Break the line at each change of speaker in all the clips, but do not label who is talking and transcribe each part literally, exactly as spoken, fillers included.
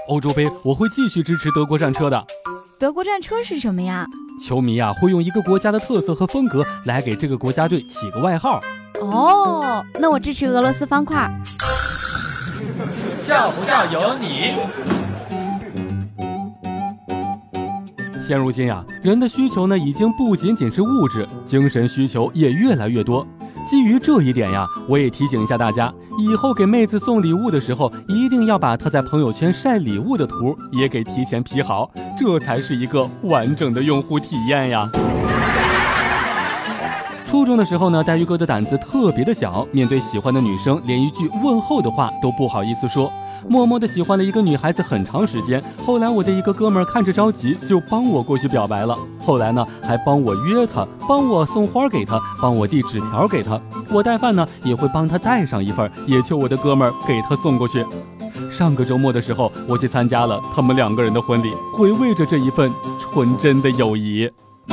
欧洲杯我会继续支持德国战车的。
德国战车是什么呀？
球迷啊会用一个国家的特色和风格来给这个国家队起个外号。
哦，那我支持俄罗斯方块。
笑不笑由你。
现如今啊，人的需求呢已经不仅仅是物质，精神需求也越来越多。基于这一点呀，我也提醒一下大家，以后给妹子送礼物的时候，一定要把她在朋友圈晒礼物的图也给提前 P 好，这才是一个完整的用户体验呀。初中的时候呢，黛玉哥的胆子特别的小，面对喜欢的女生，连一句问候的话都不好意思说，默默的喜欢了一个女孩子很长时间。后来我的一个哥们儿看着着急，就帮我过去表白了。后来呢，还帮我约她，帮我送花给她，帮我递纸条给她。我带饭呢，也会帮她带上一份，也求我的哥们儿给她送过去。上个周末的时候，我去参加了他们两个人的婚礼，回味着这一份纯真的友谊。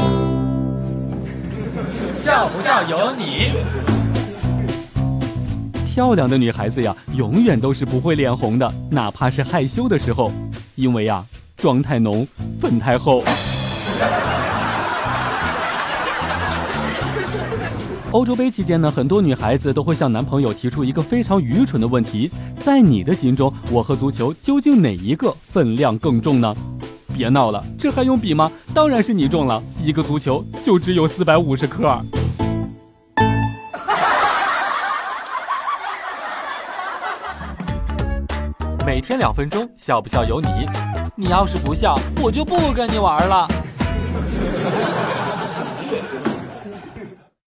笑不笑由你。
漂亮的女孩子呀，永远都是不会脸红的，哪怕是害羞的时候，因为呀，妆太浓，粉太厚。欧洲杯期间呢，很多女孩子都会向男朋友提出一个非常愚蠢的问题：在你的心中，我和足球究竟哪一个分量更重呢？别闹了，这还用比吗？当然是你重了，一个足球就只有四百五十克。
每天两分钟，笑不笑由你。你要是不笑，我就不跟你玩了。